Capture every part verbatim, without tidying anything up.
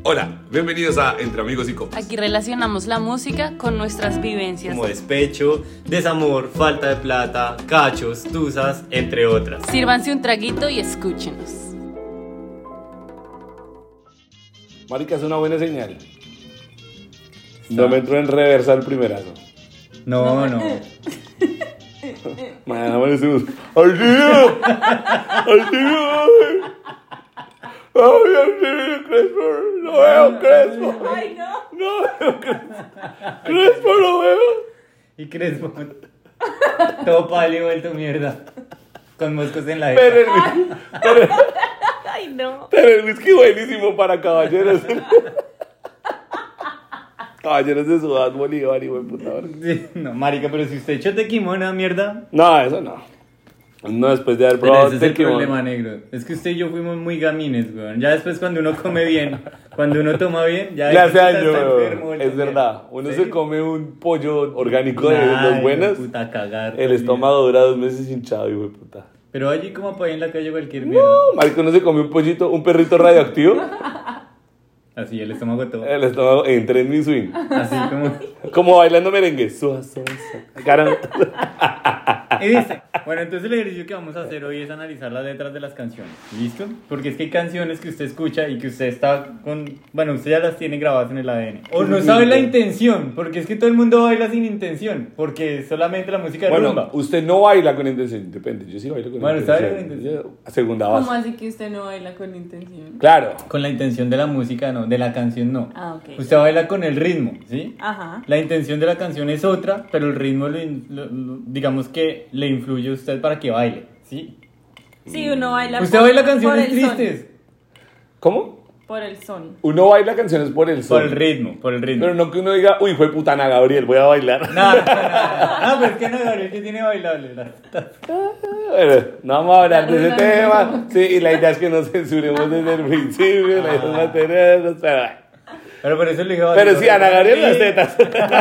Hola, bienvenidos a Entre Amigos y Copas. Aquí relacionamos la música con nuestras vivencias. Como despecho, desamor, falta de plata, cachos, tusas, entre otras. Sírvanse un traguito y escúchenos. Marica, es una buena señal. No me entró en reversa el primerazo. No, no. Mañana amanecemos. ¡Ay, tío! ¡Ay, tío! ¡Ay, ay, Crespo! ¡No veo Crespo! ¡Ay, no! ¡No veo Crespo! ¡Crespo no veo! Y Crespo. Todo pálido, vuelto mierda. Con moscos en la jeta. Pero el whisky, pero, ¡Ay, no! pero el whisky buenísimo para caballeros. Caballeros de Ciudad Bolívar y buen puta madre. Sí, no, marica, pero si usted echó tequimona, mierda. No, eso no. No después de haber Pero probado ese es el tequila. problema, negro. Es que usted y yo fuimos muy gamines, weón. Ya después cuando uno come bien, cuando uno toma bien, ya... Le hace está daño, enfermo, weón. el Es verdad. Uno ¿Sí? se come un pollo orgánico de Ay, los buenos. puta, cagar, El pues, estómago dura dos meses hinchado, hijo de puta. Pero allí como para ahí en la calle cualquier mierda. No, marico, uno se come un pollito, un perrito radioactivo. Así, el estómago todo. El estómago entra en mi swing. Así como... Como bailando merengue. Suaz, suaz, suaz. Cara- Y dice, bueno, entonces el ejercicio que vamos a hacer hoy es analizar las letras de las canciones. ¿Listo? Porque es que hay canciones que usted escucha y que usted está con... Bueno, usted ya las tiene grabadas en el A D N. O no sabe la intención, porque es que todo el mundo baila sin intención, porque solamente la música de Bueno, rumba. usted no baila con intención. Depende, yo sí bailo con Bueno, ¿usted intención. baila con intención? Yo- Segunda ¿Cómo base. así que usted no baila con intención? Claro. Con la intención de la música, no, de la canción no. Ah, ok. Usted baila con el ritmo, ¿sí? Ajá. La intención de la canción es otra, pero el ritmo, lo in- lo- lo- digamos que le influye a usted para que baile, ¿sí? Sí, uno baila Usted por- baila por canciones el son. tristes. ¿Cómo? Por el son. Uno baila canciones por el son. Por el ritmo, por el ritmo. Pero no que uno diga, uy, fue putana Gabriel, voy a bailar. No, no, no, no, no, pero es que no, Gabriel, que tiene bailable. la- Bueno, no vamos a hablar de ese No, no, tema. no. Sí, y la idea es que nos censuremos desde el principio. La idea es mantenernos, pero bueno. Pero por eso le dije Pero sí, Ana Gabriel las Sí. tetas.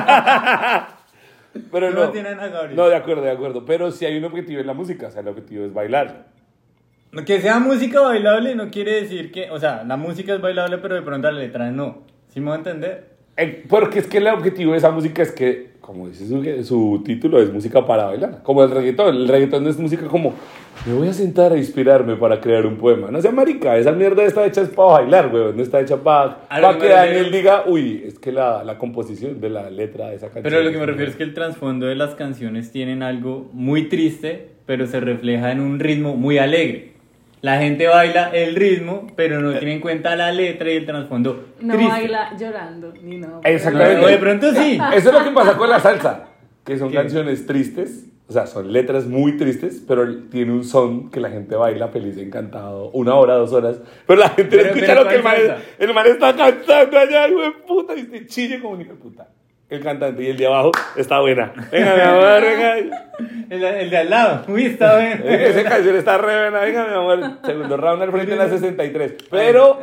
Pero No no. tiene Ana Gabriel. No, de acuerdo, de acuerdo. Pero sí hay un objetivo en la música. O sea, el objetivo es bailar. Que sea música bailable no quiere decir que, o sea, la música es bailable, pero de pronto la letra no. ¿Sí me va a entender? Eh, Porque es que el objetivo de esa música es que, como dice su, su título, es música para bailar. Como el reggaetón. El reggaetón no es música como, me voy a sentar a inspirarme para crear un poema. No sea marica, esa mierda está hecha es para bailar, weón. No está hecha para A lo que que me Daniel refiero- diga, uy, es que la, la composición de la letra de esa canción. Pero lo que me refiero es que el trasfondo de las canciones tienen algo muy triste, pero se refleja en un ritmo muy alegre. La gente baila el ritmo, pero no tiene en cuenta la letra y el trasfondo No triste. baila llorando, ni no. Exactamente. O de pronto sí. Eso es lo que pasa con la salsa, que son ¿Qué? canciones tristes, o sea, son letras muy tristes, pero tiene un son que la gente baila feliz, encantado, una hora, dos horas, pero la gente no Pero- escucha pero lo que el ¿cuál man, salsa? el man está cantando allá, hijo de puta, y se chille como un hijo de puta. El cantante y el de abajo está buena. Venga, mi amor, venga. El, el de al lado. Uy, está bien. Venga, esa canción está re buena, venga, mi amor. Segundo round al frente en la sesenta y tres. Pero,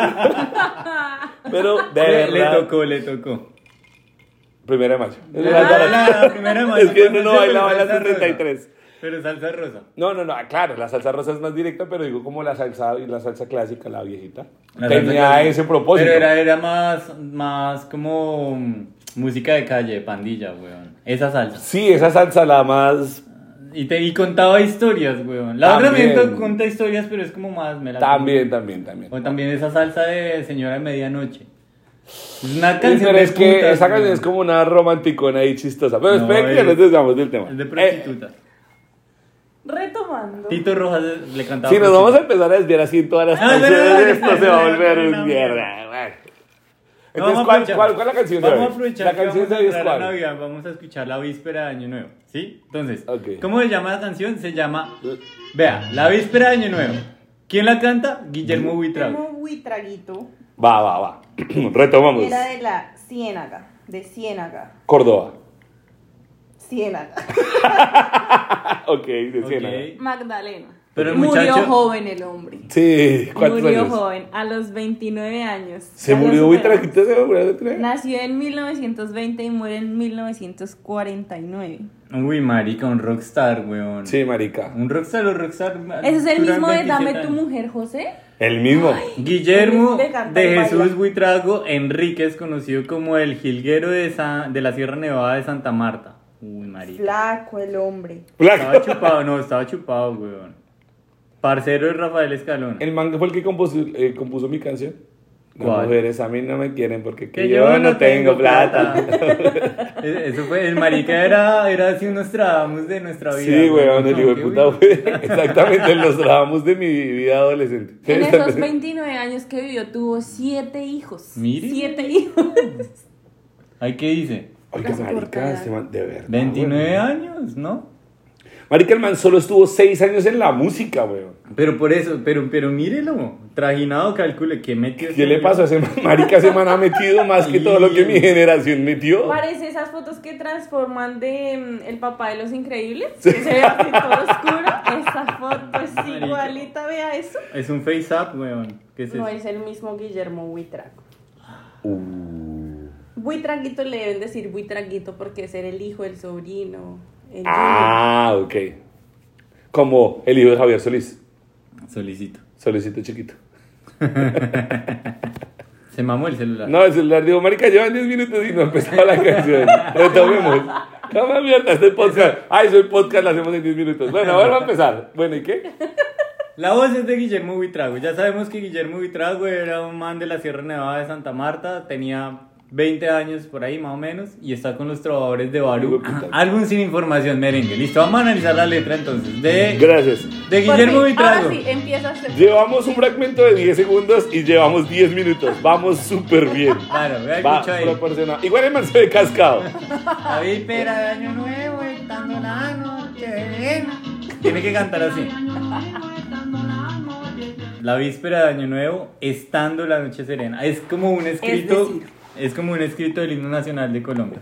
pero, de Le, le verdad. tocó, le tocó. Primera de mayo. La, la- la primera de mayo, Es que uno pero no bailaba en la salsa sesenta y rosa. tres. Pero salsa rosa. No, no, no, claro, la salsa rosa es más directa, pero digo como la salsa y la salsa clásica, la viejita. La salsa tenía clásica. ese propósito. Pero era, era más, más como mm, música de calle, de pandilla, weón. Esa salsa. Sí, esa salsa la más... Y, te, y contaba historias, weón. La otra También. también cuenta historias, pero es como más melancólica. También, también, también. O también esa salsa de Señora de Medianoche. Es una Sí, canción pero de es que putas, esa canción weón. es como una romanticona ahí chistosa. Pero No, espera que ya es- nos desviamos del tema. Es de Eh, prostituta. Retomando. Tito Rojas le cantaba. si nos vamos a empezar a desviar así en todas las No, no, canciones, no, no, esto no, se va a no, volver no, un no, mierda. Bueno. No, Entonces, vamos a ¿cuál, aprovechar. cuál, cuál es la canción de Vamos hoy? a aprovechar La que canción vamos de a hoy es entrar a cuál. Navidad, vamos a escuchar la víspera de Año Nuevo, ¿sí? Entonces, Ok. ¿cómo se llama la canción? Se llama, vea, La víspera de Año Nuevo. ¿Quién la canta? Guillermo Buitrago. Guillermo Buitraguito Va, va, va. Retomamos. era de la Ciénaga, de Ciénaga, Córdoba. Ciénaga. Ok, de Ciénaga. Ok. Magdalena. Pero el Murió muchacho... joven el hombre. Sí, ¿cuántos Murió años? joven, a los veintinueve años. Se Ya lo murió muy superó. tranquilo, se murió de tres. Nació en mil novecientos veinte y muere en mil novecientos cuarenta y nueve. Uy, marica, un rockstar, weón. Sí, marica. Un rockstar, un rockstar... ¿Ese es el duran mismo de veintisiete Dame tu años. mujer, José? El mismo. Guillermo Le canta de y baila. Jesús Buitrago Enríquez, conocido como el jilguero de, Sa- de la Sierra Nevada de Santa Marta. Uy, marica. Flaco el hombre. Estaba Flaco. chupado, no, estaba chupado, weón. Parcero de Rafael Escalona. El man fue el que compuso, eh, compuso mi canción. Las ¿Cuál? mujeres a mí no me quieren porque que yo no tengo plata. Eh, Eso fue, el marica era, era así un Nostradamus de nuestra vida. Sí, weón, el Como hijo de que, puta uy, fue exactamente los trabajos de mi vida adolescente. En esos veintinueve años que vivió tuvo siete hijos. Mire. Siete hijos. Ay, ¿qué dice? Oiga, La marica, soportada. este man, de verdad. veintinueve weón. años, ¿no? Marica, el man solo estuvo seis años en la música, weón. Pero por eso, pero, pero mírelo, trajinado, calcule, ¿qué metió? ¿Qué le pasó a ese man? Marica, ese man ha metido más que todo lo que mi generación metió. Parece esas fotos que transforman de mm, el papá de los increíbles. Que se ve así todo oscuro. Esa foto es Marica. igualita, vea eso. Es un face up, weón. ¿Qué es No eso? es el mismo Guillermo Buitrago. Uh. Buitraguito le deben decir Buitraguito porque es el hijo, el sobrino. El Ah, ok. Como el hijo de Javier Solís. Solicito. Solicito chiquito. Se mamó el celular. No, el celular digo, marica, llevan diez minutos y no empezaba la canción. Retomemos. ¿Cómo mierda este podcast? Ay, soy podcast, lo hacemos en diez minutos. Bueno, ahora va a empezar. Bueno, ¿y qué? La voz es de Guillermo Buitrago. Ya sabemos que Guillermo Buitrago era un man de la Sierra Nevada de Santa Marta. Tenía veinte años por ahí, más o menos. Y está con los trovadores de Barú. Hijo de puta. Álbum sin información, merengue. Listo, vamos a analizar la letra entonces. De, Gracias. de Por Guillermo fin, Buitrago. Ahora sí, empieza a ser. Llevamos un fragmento de diez segundos y llevamos diez minutos. Vamos súper bien. Claro, vea el Va bicho ahí. proporcionado. Igual el man se ve cascado. La víspera de Año Nuevo, estando la noche serena. Tiene que cantar así. La víspera de Año Nuevo, estando la noche serena. Es como un escrito, decir. es como un escrito del himno nacional de Colombia.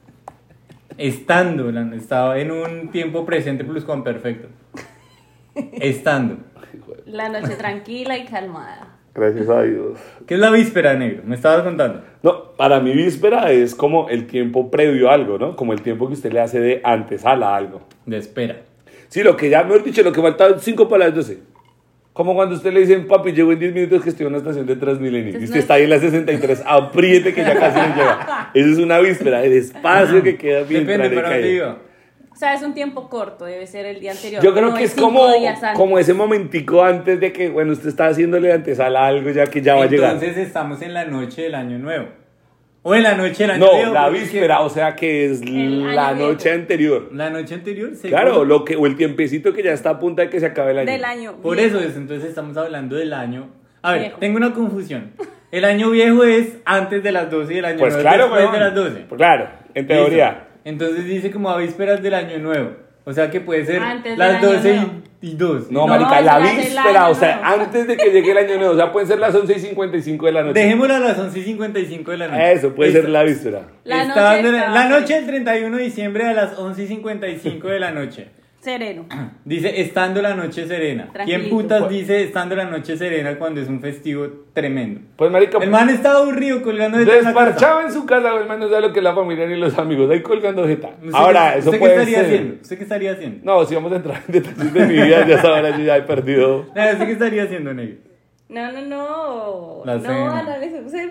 Estando, la- estaba en un tiempo presente pluscuamperfecto. Estando. La noche tranquila y calmada. Gracias a Dios. ¿Qué es la víspera, negro? Me estabas contando. No, para mí víspera es como el tiempo previo a algo, ¿no? Como el tiempo que usted le hace de antesala a algo. De espera. Sí, lo que ya, mejor dicho, lo que faltaban cinco para las doce. Como cuando usted le dicen, papi, llego en diez minutos que estoy en una estación de Transmilenio. Y Entonces, usted no- está ahí en la sesenta y tres, apriete que ya casi no llega. Eso es una víspera, el espacio que queda bien. Depende para dónde iba. O sea, es un tiempo corto, debe ser el día anterior. Yo creo no que es cinco como, días antes. como ese momentico antes de que, bueno, usted está haciéndole antesala a algo ya que ya va a llegar. Entonces estamos en la noche del Año Nuevo. O en la noche del Año No, Viejo. la porque es que víspera, o sea que es El la año noche viejo. anterior. La noche anterior, seguro. Claro, lo que, o el tiempecito que ya está a punta de que se acabe el año. Del año. Por viejo. eso es, entonces estamos hablando del año. A ver, Viejo. tengo una confusión. El año viejo es antes de las doce y el año Pues nuevo claro, es después weón. de las doce. Pues claro, en teoría. Listo. Entonces dice como a vísperas del año nuevo. O sea que puede ser Antes del las año doce nuevo. y, y dos. No, No, marica, eso la ya es el víspera, año o sea, nuevo. antes de que llegue el año nuevo, o sea, pueden ser las once y cincuenta y cinco de la noche. Dejémosla a las once y cincuenta y cinco de la noche. Eso, puede Listo. ser la víspera. La Estaba noche en la, estaba la serena. noche del treinta y uno de diciembre a las once y cincuenta y cinco de la noche. Sereno. Dice, estando la noche serena. ¿Quién Tranquilito. putas dice estando la noche serena cuando es un festivo tremendo? Pues, marica, El man está aburrido colgando de la casa. desparchado en su casa, el man no sabe lo que es la familia ni los amigos, ahí colgando jeta. ¿Usted Ahora, qué- eso ¿Usted puede qué estaría ser. haciendo? ¿Usted qué estaría haciendo? No, si vamos a entrar en detalles de mi vida, ya sabrá, yo ya he perdido. No, ¿usted qué estaría haciendo, negro? No, no, no. La no, cena. analicemos el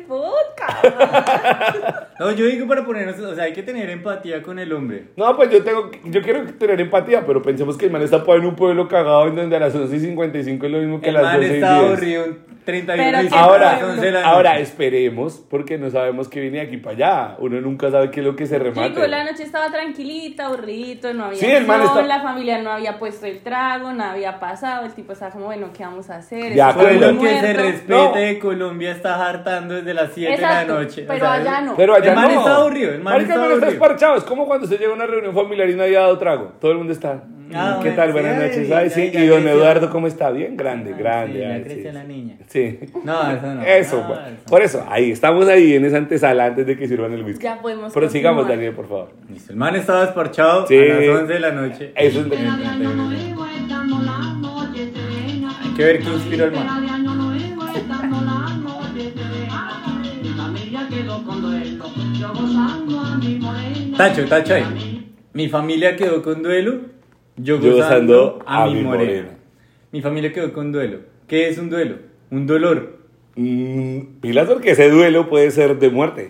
podcast. No, yo digo para ponernos, o sea, hay que tener empatía con el hombre. No, pues yo tengo, yo quiero tener empatía, pero pensemos que el man está en un pueblo cagado en donde a las once y cincuenta y cinco es lo mismo que El a las man doce y está diez. aburrido un treinta y uno Pero de que diciembre a las Ahora, once de la ahora noche. esperemos, porque no sabemos que viene aquí para allá. Uno nunca sabe qué es lo que se remate. Chico, la noche estaba tranquilita, aburrido, no había Sí, el man sol, está- la familia no había puesto el trago, nada había pasado, el tipo estaba como, bueno, ¿qué vamos a hacer? Ya, Esto pero está Pueblo lo que se muerto. respete No. de Colombia está hartando desde las siete Exacto, de la noche. O pero sea, allá no. Pero allá El man no. está aburrido, el man Marica, está el man está aburrido. esparchado. Es como cuando se llega a una reunión familiar y nadie ha dado trago. Todo el mundo está. Ah, ¿Qué bueno, tal? sí, Buenas ay, noches. ya, Ay, sí. ya ¿Y don creció. Eduardo cómo está? Bien, grande, Ah, grande. sí, ya ay, creció sí, la sí. niña. Sí. No, eso no. Eso, no, pues. eso no. Por eso, ahí estamos ahí en esa antesala antes de que sirvan el whisky. Ya podemos Pero sigamos, continuar. Daniel, por favor. Listo, el man estaba desparchado Sí. a las once de la noche. Eso es- En el treinta y uno. que ver qué inspiró al man. Tacho, tacho ahí. Mi familia quedó con duelo, yo Yo gozando gozando a, a mi mi morena. morena. Mi familia quedó con duelo. ¿Qué es un duelo? Un dolor. Mm, pilas porque ese duelo puede ser de muerte.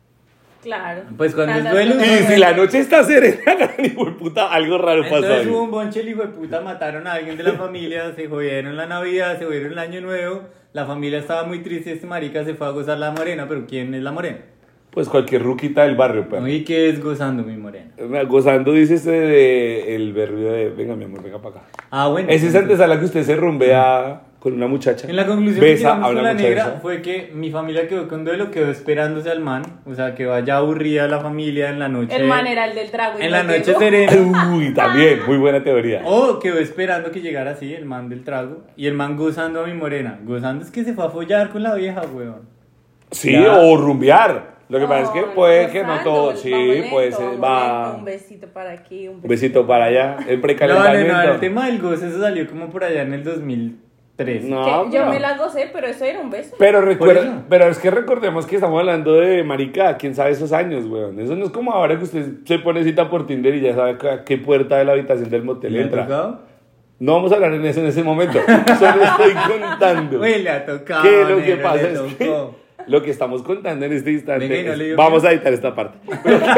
Claro. Pues cuando es Nada, duelo, no, Y no, si la noche está serena, hijo de puta, algo raro pasó Entonces ahí. hubo un bonche, el hijo de puta, mataron a alguien de la familia, se jodieron la Navidad, se jodieron el Año Nuevo, la familia estaba muy triste, este marica se fue a gozar la morena, pero ¿quién es la morena? Pues cualquier ruquita del barrio, pero. ¿Y qué es gozando mi morena? Gozando dice este de el berrio de venga mi amor, venga para acá. Ah, bueno. Ese es entonces, antesala que usted se rumbea con una muchacha. en la conclusión que besa llegamos a con una la negra muchacha. fue que mi familia quedó con duelo, quedó esperándose al man, o sea, que vaya aburrida la familia en la noche. El man era el del trago. y En no la noche llegó. serena. Uy, también, muy buena teoría. O quedó esperando que llegara así el man del trago y el man gozando a mi morena. Gozando es que se fue a follar con la vieja, weón. Sí, Ya. o rumbear. Lo que pasa es que No, puede no, que no gozando, todo. vamos Sí, lento, puede ser. vamos Va. lento, un besito para aquí, un besito, Un besito para allá. El No, vale, precalentamiento. no, el tema del goce eso salió como por allá en el dos mil tres. No, Que yo pero- me las gocé, pero eso era un beso. Pero Por recuerda, eso. pero es que recordemos que estamos hablando de marica, quién sabe esos años, weón. Eso no es como ahora que usted se pone cita por Tinder y ya sabe a qué puerta de la habitación del motel ¿Le ha entra. tocado? No vamos a hablar en eso en ese momento. Solo estoy contando. Güey, le ha tocado. Que lo que negro, pasa le es que tocó. lo que estamos contando en este instante Venga, y no es- le digo vamos que- a editar esta parte. Lo que,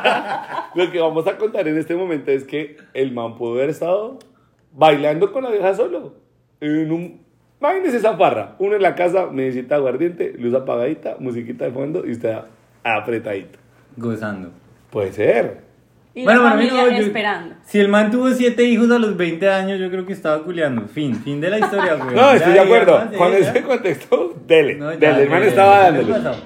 lo que vamos a contar en este momento es que el man pudo haber estado bailando con la vieja solo. En un, imagínese esa farra. Uno en la casa, medicita aguardiente, luz apagadita, musiquita de fondo y usted apretadito. Gozando. Puede ser. Y Bueno, la para mí familia no, yo- esperando. Si el man tuvo siete hijos a los veinte años, yo creo que estaba culeando. Fin, fin de la historia, güey. No, estoy de Ya, acuerdo. ya, ya, Con ya. ese contexto, dele. No, ya, dele. El man ya, estaba ya, ¿qué dándole. pasó?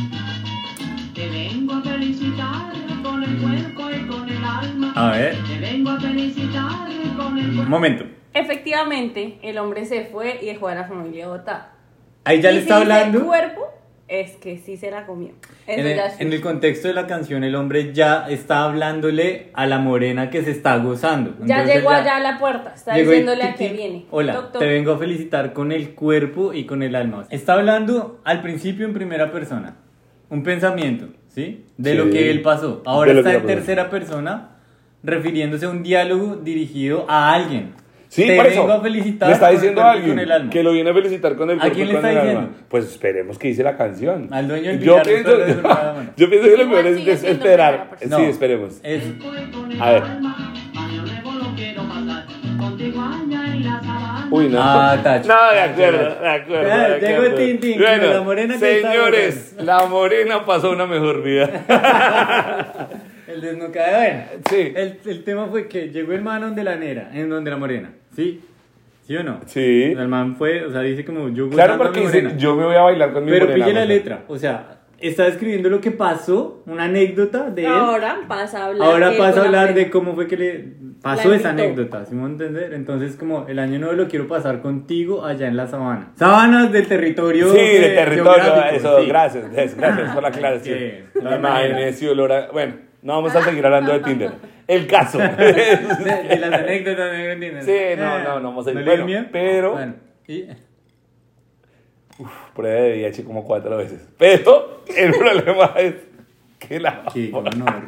Te vengo a felicitar con el cuerpo y con el alma. A ver, Te vengo a felicitar con el un cuerpo. momento. Efectivamente, el hombre se fue y dejó a la familia botada. Ahí ya Y le si está dice hablando. cuerpo, es que sí se la comió. Eso En el, ya es en el contexto de la canción, el hombre ya está hablándole a la morena que se está gozando. Ya Entonces llegó ya allá a la puerta, está llegó y diciéndole a tic, qué tic, viene. Hola, Toc, toc. te vengo a felicitar con el cuerpo y con el alma. Está hablando al principio en primera persona. Un pensamiento, ¿sí? De Sí. lo que él pasó. Ahora De lo está que en pasó. tercera persona, refiriéndose a un diálogo dirigido a alguien. Sí, te por eso. vengo a felicitar Le está con el diciendo cuerpo a y alguien con el alma. que lo viene a felicitar con el ¿A cuerpo quién y le con está el diciendo? alma. Pues esperemos que dice la canción. Al dueño del Yo billar, pienso, solo es una mano. yo pienso que lo Igual mejor es sigue des- siendo esperar. primera persona. Sí, No. esperemos. Es, A ver. Año nuevo lo quiero pasar contigo allá en la sabana. Uy, no. Ah, tacho. No, de acuerdo, de acuerdo. Ya, de llegó acuerdo. Tintín, Bueno, la morena que está señores, la morena pasó una mejor vida. el desnucado. Bueno, Sí. el, el tema fue que llegó el man donde la nera, en donde la morena. ¿Sí? ¿Sí o no? Sí. El man fue, o sea, dice como yo Claro, gozando a porque mi dice, morena. yo me voy a bailar con mi Pero morena. pille la o sea. letra, o sea, está describiendo lo que pasó, una anécdota de él. Ahora pasa a hablar. Ahora él pasa a con la hablar de morena. cómo fue que le pasó La esa invitó. anécdota, ¿sí me van a entender? Entonces, como el año nuevo lo quiero pasar contigo allá en la sabana. Sabanas del territorio. Sí, eh, de territorio, geográfico, eso, sí. gracias, des- gracias por la aclaración. Sí, de Me todas maneras. imaginé si olor a- Bueno, no vamos a seguir hablando de Tinder. El caso. De, de las anécdotas, ¿me entiendes? Sí, no, no, no vamos a ir. ¿No le Bueno, dio miedo? pero- Bueno, y... Prueba de V I H como cuatro veces. Pero el problema es que la... Qué gonorrea.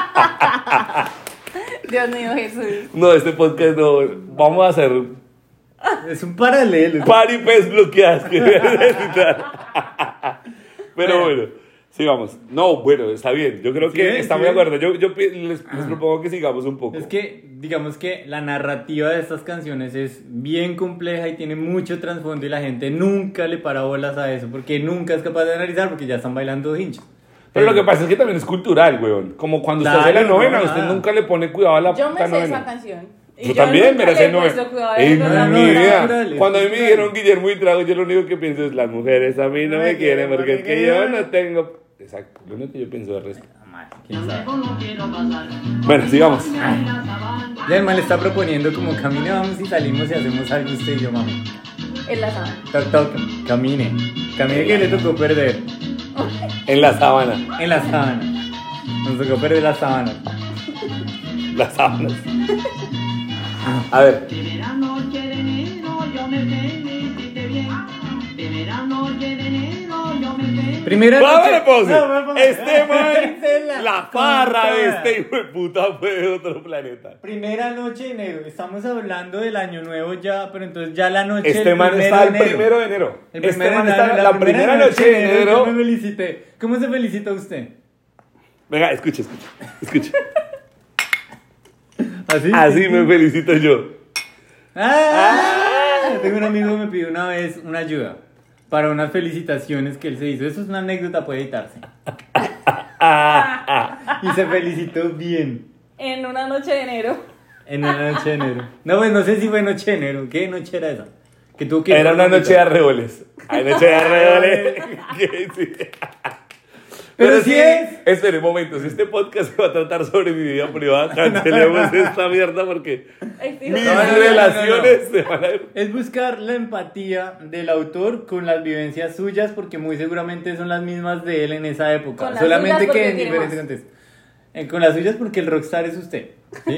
Dios mío, Jesús. No, este podcast no. Vamos a hacer Es un paralelo. paripes bloqueadas que voy a necesitar. Pero Bueno. bueno, sigamos. No, bueno, está bien. Yo creo que Sí, estamos sí. de acuerdo. Yo, yo pi- les, les propongo que sigamos un poco. Es que, digamos que la narrativa de estas canciones es bien compleja y tiene mucho trasfondo y la gente nunca le para bolas a eso porque nunca es capaz de analizar porque ya están bailando hinchas. Pero lo que pasa es que también es cultural, weón. Como cuando usted Claro, hace la novena, no, usted nada. nunca le pone cuidado a la Yo me puta sé esa novena. canción. Y Yo también, nunca pero le sé he no puesto cuidado a En eso, no, la no, mi es novena. vida. cultural, es Cuando a mí me cultural. dijeron Guillermo y Trago, yo lo único que pienso es las mujeres a mí no me quieren porque es que yo no tengo. Exacto, lo único que yo pienso del resto. Ah, madre, quién sabe. Luego lo quiero pasar Bueno, sigamos. en la sabana. Ya el man le está proponiendo como camine, vamos y salimos y hacemos algo usted y yo, mami. En la sábana. Toc, toc, camine. Camine que le tocó perder. En la sábana. En la sábana. Nos tocó perder la sábana. Las sábanas. A ver. De verano, de enero, yo me pegué Primera Vámonos, noche. pause. No, vamos. Este man, Cancela. la farra de Con este hijo de puta fue de otro planeta. Primera noche de enero. Estamos hablando del año nuevo ya, pero entonces ya la noche Este del man primero está de el enero. primero de enero. El Este primero man de está enero, la primera noche de Yo enero. me felicité. ¿Cómo se felicita usted? Venga, escucha, escucha, escucha. Así. Así me felicito yo. Ah, tengo un amigo que me pidió una vez una ayuda para unas felicitaciones que él se hizo. Eso es una anécdota, puede editarse. Y se felicitó bien En una noche de enero. en una noche de enero. No, pues no sé si fue noche de enero. ¿Qué noche era esa? Que tuvo que Era una noche de arreboles. Hay noche de arreboles. Que sí. Pero si es. Espere un momento, si este podcast se va a tratar sobre mi vida privada, cancelemos esta mierda porque Ay, mis sí, no, no, no, relaciones se van a ir. Es buscar la empatía del autor con las vivencias suyas, porque muy seguramente son las mismas de él en esa época. Con las Solamente suyas porque que en tiene diferentes más. contextos. Eh, con las suyas porque el rockstar es usted. ¿Sí?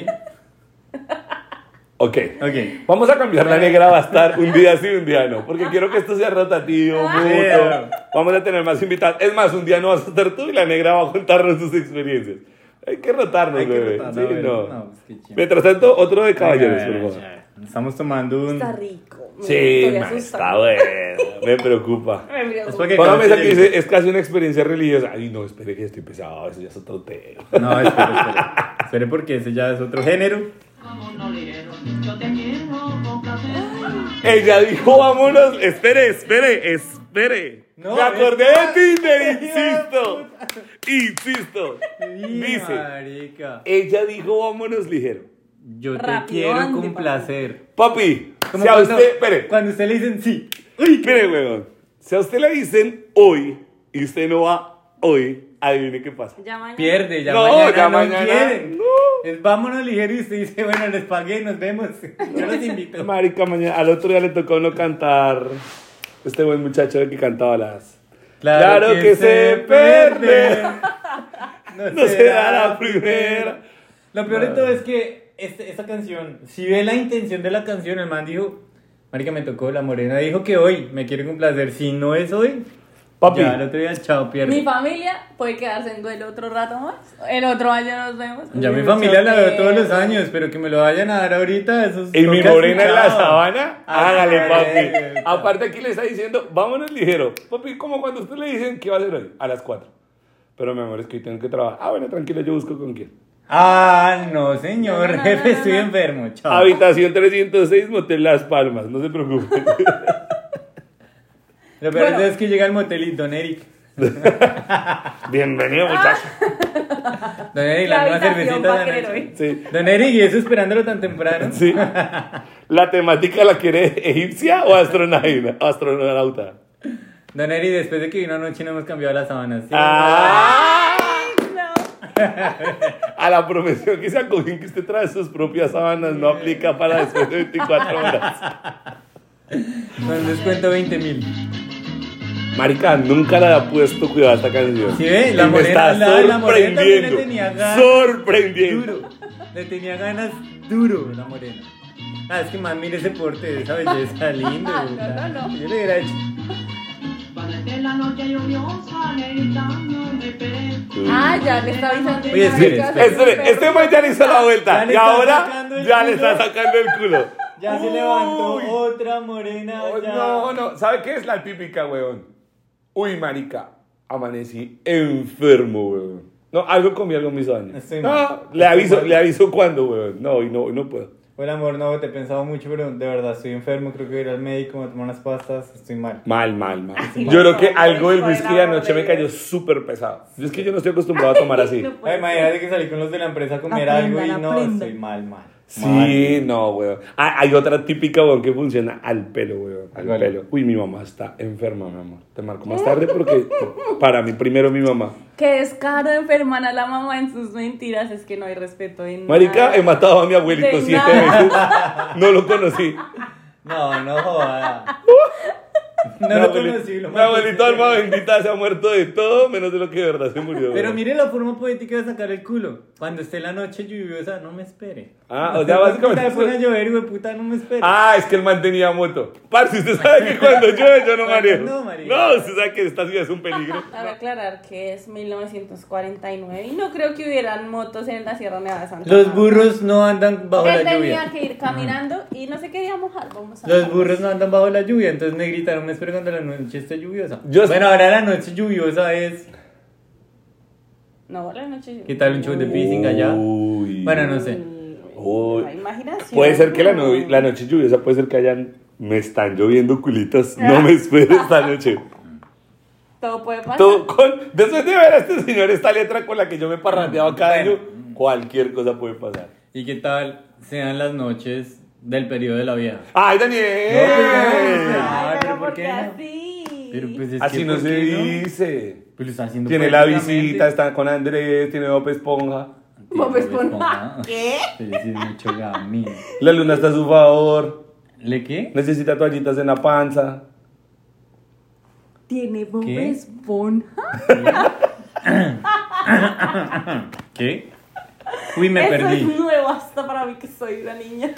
Ok. Ok. Vamos a cambiar la negra, va a estar un día sí, un día no. Porque quiero que esto sea rotativo, mutuo. Vamos a tener más invitados. Es más, un día no vas a estar tú y la negra va a contarnos sus experiencias. Hay que rotarnos, Hay que bebé. rotar, Sí, no, no. no, pues qué chimba. Mientras tanto, otro de caballeros, Venga, por venga, favor. ya. Estamos tomando un. Está rico. Me Sí, estoy ma, asustando. está bueno. Me preocupa. Me preocupa. Es porque- Póngame esa que dice, es casi una experiencia religiosa. Ay, no, espere que estoy pesado, eso ya es otro tema. No, espere, espere. Espere porque ese ya es otro género. Vámonos ligero, yo te quiero con placer. Ella dijo, vámonos. Espere, espere, espere. No, Me acordé es- de Tinder, insisto. Insisto. Sí, Dice, marica. ella dijo, vámonos ligero. Yo te Rápido, quiero ande, con papi. placer. Papi, Como si a cuando, usted, espere, cuando usted le dicen sí. Uy, qué- mire, weón. Si a usted le dicen hoy y usted no va hoy, adivine qué pasa. Ya mañana. Pierde, ya No, mañana ya no mañana, quieren. no. Es vámonos ligero y usted dice, bueno, les pagué, nos vemos. Yo los invito. Marica, mañana, al otro día le tocó a uno cantar. Este buen muchacho que cantaba las. Claro que se pierde. No será la primera. Lo peor de todo es que este, esta canción, si ve la intención de la canción, el man dijo, marica, me tocó, la morena dijo que hoy me quiere complacer. Si no es hoy, Papi. ya el otro día, chao, pierde. Mi familia puede quedarse en duelo otro rato más. El otro año nos vemos. Ya mi Mucho familia la veo todos los pedo. años, pero que me lo vayan a dar ahorita, eso es Y mi toca morena en la escuchado. sabana, Ah, hágale, sí. papi. Aparte aquí le está diciendo, vámonos ligero. Papi, como cuando usted le dicen que va a hacer hoy, a las cuatro. Pero mi amor, es que hoy tengo que trabajar. Ah, bueno, tranquilo, yo busco con quién. Ah, no, señor, No, no, no, jefe, no, no, estoy no. enfermo, chao. Habitación trescientos seis, Motel Las Palmas, no se preocupe. Lo peor Bueno. es que llega el motelito, Don Eric. Bienvenido, muchacho. Don Eric, La la nueva habitación cervecita. va a de querer anoche. hoy. Sí. Don Eric, ¿y eso esperándolo tan temprano? Sí. ¿La temática la quiere egipcia o astronauta? astronauta? Don Eric, después de que vino anoche no hemos cambiado las sábanas. ¿sí? Ah, No. a la promesión que se acogió en que usted trae sus propias sábanas no aplica para después de veinticuatro horas. Con descuento veinte mil. Marica, nunca le ha puesto cuidado a esta canción. ¿Sí ve? Y La me morena, está la, la morena también le sorprendiendo. tenía ganas. Sorprendiendo. Duro. Le tenía ganas duro, la morena. Ah, es que más mire ese porte, esa belleza lindo. No, no, no. Yo le hubiera hecho. Cuando esté la noche lluviosa, gritando de pecho. Ah, ya le está avisando. Oye, espere, espere. Este, este man ya le hizo la vuelta Ya le y está ahora sacando el ya le culo. está sacando el culo. Ya se Uy. levantó otra morena. Oh, ya. no, no, ¿sabe qué es la típica, weón? Uy, marica, amanecí enfermo, weón. No, algo comí, algo me hizo daño. Estoy No, mal. le Estoy aviso, mal. le aviso cuándo, weón. No, hoy no, hoy no puedo. Bueno, amor, no, te he pensado mucho, pero de verdad estoy enfermo. Creo que voy a ir al médico, me tomo unas pastas. Estoy mal. Mal, mal, mal. Así Yo creo pasó, que algo del por el whisky de amor anoche de me cayó Dios. súper pesado. Es que yo no estoy acostumbrado a tomar así. No puede Ay, imagínate que salí con los de la empresa a comer Aprendan, algo y no, aprendan. estoy mal, mal. Sí, no, weón. Ah, hay otra típica, weón, que funciona al pelo, weón. Al ¿Cuál? pelo. Uy, mi mamá está enferma, mi amor. Te marco más tarde porque para mí primero mi mamá. Que es caro enfermar a la mamá en sus mentiras, es que no hay respeto en Marica, nada. he matado a mi abuelito De siete nada. veces. No lo conocí. No, no joda. No Mi lo abueli- conocí, lo Mi más abuelito posible. alma bendita se ha muerto de todo, menos de lo que de verdad se murió. Pero weón. mire la forma poética de sacar el culo. Cuando esté la noche lluviosa, no me espere. Ah, o sea, básicamente Me pone a eso- llover, güey, puta, no me espere. Ah, es que el man tenía moto. Parce, usted sabe que cuando llueve yo no mareo. No, marica. No, usted sabe que esta ciudad es un peligro. Cabe aclarar que es mil novecientos cuarenta y nueve y no creo que hubieran motos en la Sierra Nevada de Santa Los Marta. burros no andan bajo Él la tenía lluvia. que ir caminando y no se quería mojar. Vamos a Los burros no andan bajo la lluvia, entonces negrita, no me espero cuando la noche esté lluviosa. Yo- Bueno, ahora la noche lluviosa es... No, la noche. ¿Qué tal un show de pissing allá? Uy. Bueno, no sé. Uy. La imaginación. Puede ser que la, no- la noche lluviosa, puede ser que hayan... Me están lloviendo culitos. No me espero esta noche. Todo puede pasar. Todo con, después de ver a este señor esta letra con la que yo me parrandeaba cada Bueno. año, cualquier cosa puede pasar. ¿Y qué tal sean las noches del periodo de la vieja? ¡Ay, Daniel! Ay, Ay, pero pero ¿por ¿por qué qué no? así? Pero pues es Así que, no ¿por se qué no? dice. Pues lo está haciendo Tiene la poéticamente. visita, está con Andrés, tiene Bob Esponja. Bob Esponja. Esponja. ¿Qué? Sí, sí, mucho gamín. La luna está a su favor. ¿Le qué? Necesita toallitas en la panza. Tiene Bob ¿Qué? Esponja. ¿Qué? Uy, me Eso perdí. es nuevo hasta para mí que soy una niña.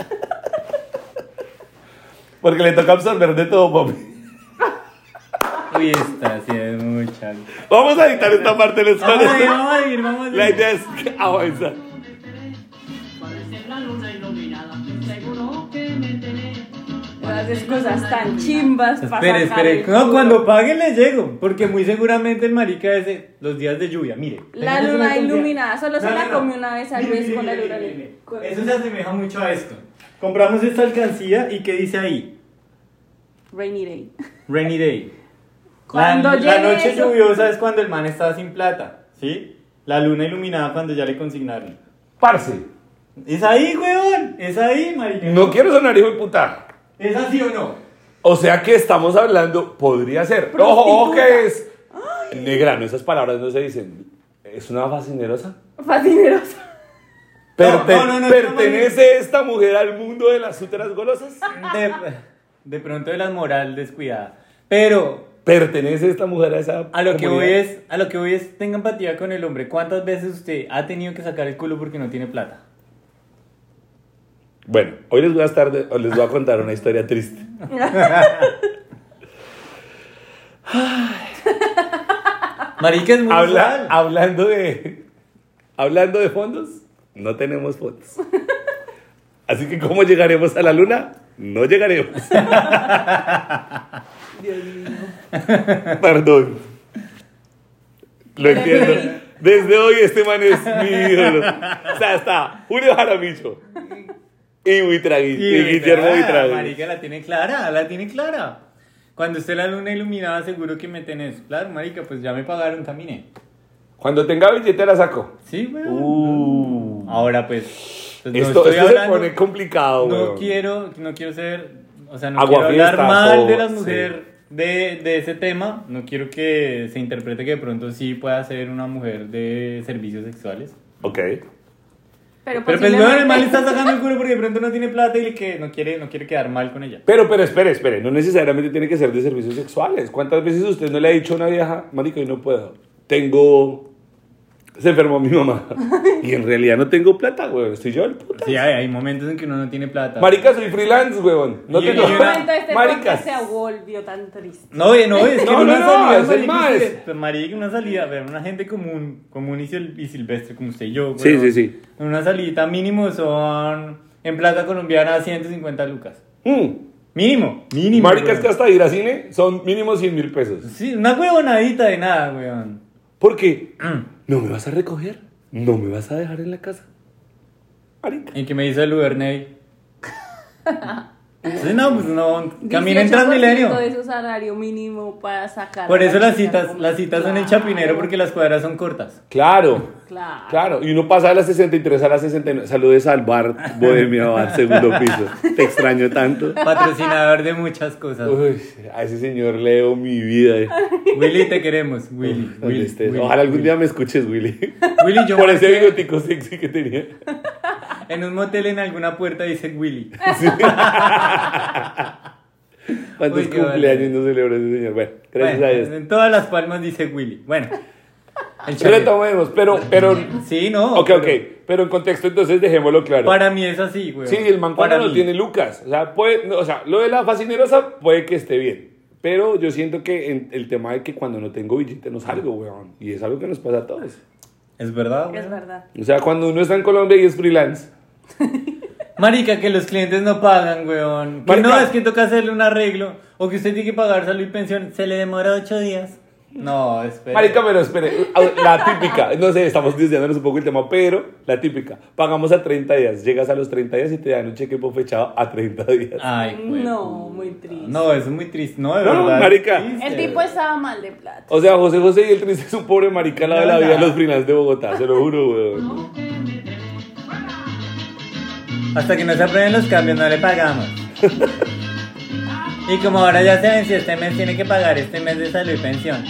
Porque le toca absorber de todo, papi. Uy, está haciendo mucha. Vamos a editar esta parte de los Vamos a ir, sones. vamos a ir, vamos a ir. La idea es que avanza. Parece la luna iluminada, seguro que me tenés. Haces cosas tan chimbas para Espere, sacar espere. el No, culo. cuando paguen le llego. Porque muy seguramente el marica es de los días de lluvia. Mire. La Eso es luna una cosa- iluminada, solo se No, la no, no. come una vez al Mire, mes mire, con la mire, luna mire, iluminada. mire. Eso se asemeja mucho a esto. Compramos esta alcancía y ¿qué dice ahí? Rainy day. Rainy day. Cuando la, la llegue noche eso- lluviosa es cuando el man está sin plata, ¿sí? La luna iluminada cuando ya le consignaron. Parce, Es ahí, weón. Es ahí, marica. no quiero sonar hijo de puta. ¿Es así o no? O sea que estamos hablando, podría ser. Ojo, ojo que es. Negra, no, esas palabras no se dicen. ¿Es una fascinerosa? Fascinerosa. Perte- no, no, no, ¿Pertenece esta mujer al mundo de las úteras golosas? De, de pronto de la moral descuidada. Pero ¿Pertenece esta mujer a esa a lo que voy comunidad? es, a lo que voy es, tenga empatía con el hombre. ¿Cuántas veces usted ha tenido que sacar el culo porque no tiene plata? Bueno, hoy les voy a estar de- o les voy a contar una historia triste. Marica es muy Habla- usual. hablando de hablando de fondos, no tenemos fondos. Así que ¿cómo llegaremos a la luna? No llegaremos. Dios mío. Perdón. Lo entiendo. Desde hoy este man es mi ídolo. O sea, está Julio Jaramillo y Buitraguí. Y, Y, Guillermo ah, Buitraguí. marica, la tiene clara, la tiene clara. Cuando esté la luna iluminada, seguro que me tenés. Claro, marica, pues ya me pagaron, caminé. Cuando tenga billete la saco. Sí, weón. Uh. Ahora, pues, pues, no Esto, estoy esto se hablando- pone complicado, No weón. quiero, no quiero ser, o sea, no Aguafiestas quiero hablar mal de la o- mujer de, de ese tema. No quiero que se interprete que de pronto sí pueda ser una mujer de servicios sexuales. Ok. Pero, Pero pues, weón, el mal posiblemente- está sacando el culo porque de pronto no tiene plata y que no quiere, no quiere quedar mal con ella. Pero, pero, espere, espere. No necesariamente tiene que ser de servicios sexuales. ¿Cuántas veces usted no le ha dicho a una vieja, marico, y no puedo? Tengo... Se enfermó mi mamá. Y en realidad no tengo plata, weón. Estoy yo el puta. Sí, hay, hay momentos en que uno no tiene plata. Marica, soy freelance, weón. No Y- tengo... y En un momento este Maricas. podcast se volvió tan triste. No, oye, no, es que No, en una no, no, salida, es el marica, más. usted- pues, marica, una salida, a ver, una gente común, común y, sil- y silvestre como usted y yo. Sí, weón. sí, sí. En una salida mínimo son, en plata colombiana, ciento cincuenta lucas. Mm. Mínimo, mínimo. Maricas weón. que hasta ir a cine son mínimo cien mil pesos. Sí, una huevonadita de nada, weón. Porque no me vas a recoger, no me vas a dejar en la casa. Marica. ¿Y qué me dice el Ubernay? Sí, no, pues no, camina en dieciocho por ciento Transmilenio. de su salario mínimo para sacar. Por a eso la las chica citas, como- las citas son en Claro, Chapinero porque las cuadras son cortas. Claro. Claro. Claro, y uno pasa de las sesenta y tres a las sesenta y nueve. Saludes al bar Bohemia Bar, segundo piso. Te extraño tanto. Patrocinador de muchas cosas. Uy, a ese señor leo mi vida. eh. Willy, te queremos. Willy, Donde Willy, estés. Willy, Ojalá algún Willy. día me escuches, Willy. Willy, yo Por ese marqué bigotico sexy que tenía. en un motel en alguna puerta dice Willy. ¿Cuántos Uy, qué cumpleaños vale. no celebra ese señor? Bueno, gracias Bueno, a Dios. en todas las palmas dice Willy. Bueno. El chalet. Retomemos, pero, pero, Sí, no. ok, pero ok, pero en contexto entonces dejémoslo claro. Para mí es así, güey. Sí, el man cuando Para no mí. tiene Lucas, o sea, puede, no, o sea, lo de la fascinerosa puede que esté bien, pero yo siento que en el tema de que cuando no tengo billete no salgo, weón, y es algo que nos pasa a todos. Es verdad, güey. Es verdad. O sea, cuando uno está en Colombia y es freelance, Marica, que los clientes no pagan, weón. Que Marica. no, es que toca hacerle un arreglo. O que usted tiene que pagar salud y pensión. Se le demora ocho días. No, espera. marica, pero espere, la típica, no sé, estamos desviándonos un poco el tema, pero la típica, pagamos a treinta días, llegas a los treinta días y te dan un cheque fechado a treinta días. Ay, güey. No, muy triste. No, eso es muy triste. No, de No, verdad. marica. es triste. El tipo estaba mal de plata. O sea, José José y el triste es un pobre marica al lado de la vida de los freelance de Bogotá, se lo juro, weón. Hasta que no se aprueben los cambios, no le pagamos. Y como ahora ya se venció este mes, tiene que pagar este mes de salud y pensión.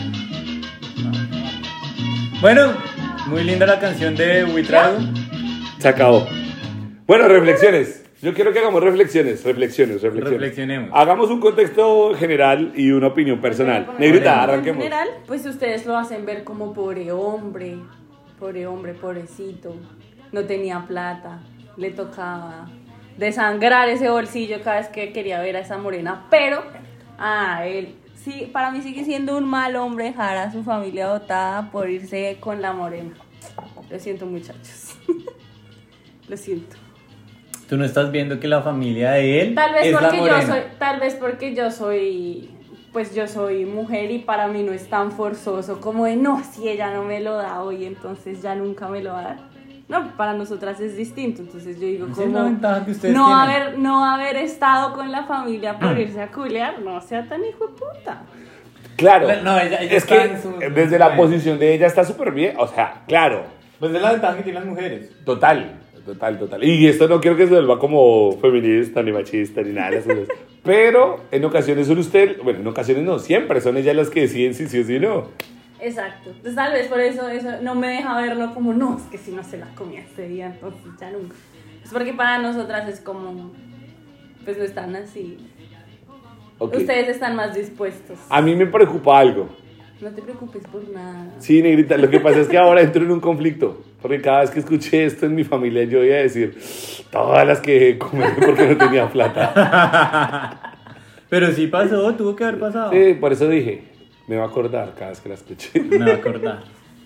Bueno, muy linda la canción de Huitrago. Se acabó. Bueno, reflexiones. Yo quiero que hagamos reflexiones, reflexiones, reflexiones. Reflexionemos. Hagamos un contexto general y una opinión personal. Negrita, En arranquemos. general, pues ustedes lo hacen ver como pobre hombre, pobre hombre, pobrecito. No tenía plata, le tocaba desangrar ese bolsillo cada vez que quería ver a esa morena. Pero a él, sí, para mí sigue siendo un mal hombre dejar a su familia botada por irse con la morena. Lo siento, muchachos. Lo siento. Tú no estás viendo que la familia de él Tal vez es la porque yo morena. soy, tal vez porque yo soy, pues yo soy mujer y para mí no es tan forzoso como de no, si ella no me lo da hoy, entonces ya nunca me lo va a dar. No, para nosotras es distinto, entonces yo digo Esa es como la ventaja que ustedes no tienen. haber, no haber estado con la familia por irse a culear, no sea tan hijo de puta. Claro. No, ella- ella es está que en su- desde la bueno. posición de ella está súper bien. O sea, claro. Pues es la ventaja que tienen las mujeres. Total, total, total. Y esto no quiero que se vuelva como feminista, ni machista, ni nada de esas cosas. Pero en ocasiones son usted, bueno, en ocasiones no, siempre son ellas las que deciden si sí o si no. Exacto. Entonces tal vez por eso, eso no me deja verlo como no, es que si no se la comía este día, entonces ya nunca. Es porque para nosotras es como, pues no están así. Ok. Ustedes están más dispuestos. A mí me preocupa algo. No te preocupes por nada. Sí, negrita, lo que pasa es que ahora entro en un conflicto. Porque cada vez que escuché esto en mi familia, yo iba a decir, todas las que comí porque no tenía plata. Pero sí pasó, tuvo que haber pasado. Sí, por eso dije, me va a acordar cada vez que la escuché. Me va a acordar.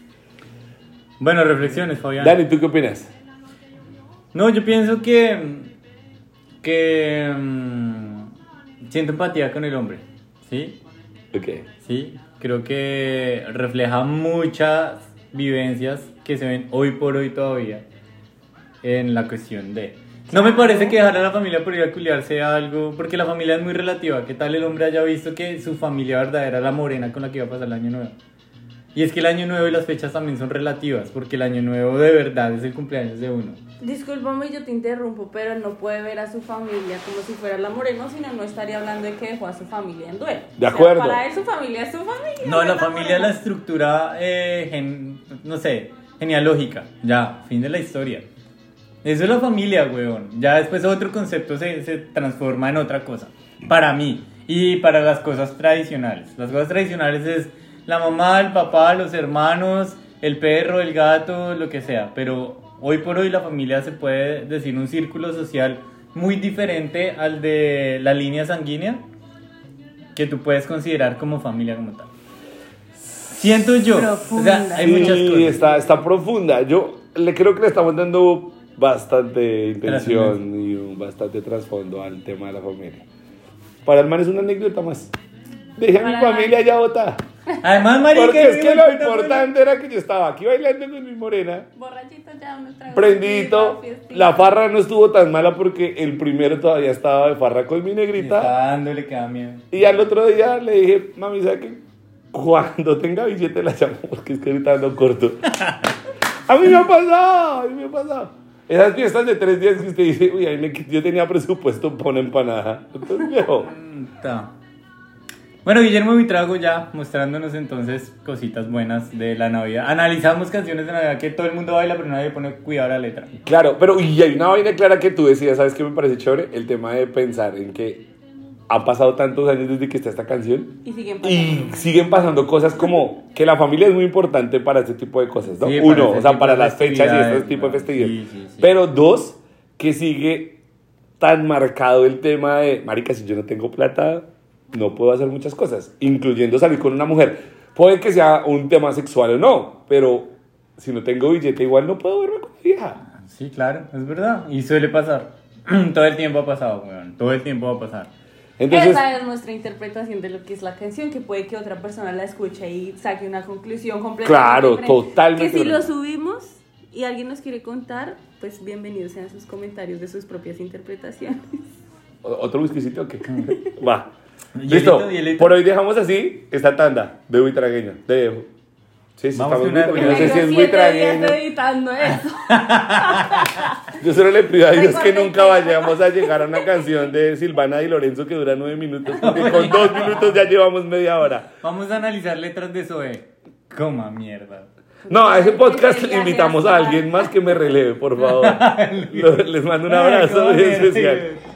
Bueno, reflexiones, Fabián. Dani, ¿tú qué opinas? No, yo pienso que. que. mm, siento empatía con el hombre. ¿Sí? Ok. Sí. Creo que refleja muchas vivencias que se ven hoy por hoy todavía en la cuestión de. No me parece que dejar a la familia por ir a culiar sea algo. Porque la familia es muy relativa. ¿Qué tal el hombre haya visto que su familia verdadera era la morena con la que iba a pasar el año nuevo? Y es que el año nuevo y las fechas también son relativas. Porque el año nuevo de verdad es el cumpleaños de uno. Discúlpame, yo te interrumpo, pero no puede ver a su familia como si fuera la morena, sino no estaría hablando de que dejó a su familia en duelo. De O sea, acuerdo. para él su familia es su familia. No, es la familia es la morena. estructura, eh, gen- no sé, genealógica. Ya, fin de la historia. Eso es la familia, weón. Ya después otro concepto se, se transforma en otra cosa. Para mí. Y para las cosas tradicionales. Las cosas tradicionales es la mamá, el papá, los hermanos, el perro, el gato, lo que sea. Pero hoy por hoy la familia se puede decir un círculo social muy diferente al de la línea sanguínea que tú puedes considerar como familia como tal. Siento yo. O sea, hay muchas Sí, cosas. está, está profunda. Yo le creo que le estamos dando bastante intención y un bastante trasfondo al tema de la familia. Para el man es una anécdota más. Dejé a mi Para- familia ya botada. Además, marica, Porque es que hijo lo de puta, importante era que yo estaba aquí bailando con mi morena. Borrachito ya, unos tragos. Prendito, fiestita. la farra no estuvo tan mala porque el primero todavía estaba de farra con mi Y negrita. está dándole que da miedo. Y al otro día le dije, mami, ¿sabes qué? Cuando tenga billete la llamo porque es que ahorita ando corto. A mí me ha pasado, a mí me ha pasado. Esas fiestas de tres días que usted dice, uy, ahí me, yo tenía presupuesto para una empanada. Entonces, viejo. Mm, ta. Bueno, Guillermo Vitrago ya mostrándonos entonces cositas buenas de la Navidad. Analizamos canciones de Navidad que todo el mundo baila, pero nadie pone cuidado a la letra. Claro, pero y hay una vaina clara que tú decías, ¿sabes qué me parece chévere? El tema de pensar en que han pasado tantos años desde que está esta canción Y siguen pasando. y siguen pasando cosas como que la familia es muy importante para este tipo de cosas, ¿no? Sí, para Uno, este o sea, tipo para de las fechas y festividades, este tipo de ¿no? festividades. Sí, sí, sí. Pero dos, que sigue tan marcado el tema de, marica, si yo no tengo plata, no puedo hacer muchas cosas, incluyendo salir con una mujer. Puede que sea un tema sexual o no, pero si no tengo billete igual no puedo verme con la vieja. Sí, claro, es verdad. Y suele pasar. Todo el tiempo ha pasado, weón. Todo el tiempo va a pasar. Entonces, Esa es nuestra interpretación de lo que es la canción, que puede que otra persona la escuche y saque una conclusión completamente Claro, diferente. totalmente Que si lo diferente. subimos y alguien nos quiere contar, pues bienvenidos sean sus comentarios de sus propias interpretaciones. ¿otro whiskycito o qué? Va. Hielito, Listo. hielito. Por hoy dejamos así esta tanda de buitragueño. De... Sí, sí, Vamos estamos de una buitragueños. vez. No sé si es Tengo siete días buitragueño. editando eso. Yo solo le pido a Dios que Recuerden nunca que- vayamos a llegar a una canción de Silvana y Lorenzo que dura nueve minutos, porque con dos minutos ya llevamos media hora. Vamos a analizar letras de Zoe. Coma mierda. No, a ese podcast Ya invitamos sea a alguien más que me releve, por favor. Les mando un Ay, abrazo cómo muy me especial. río.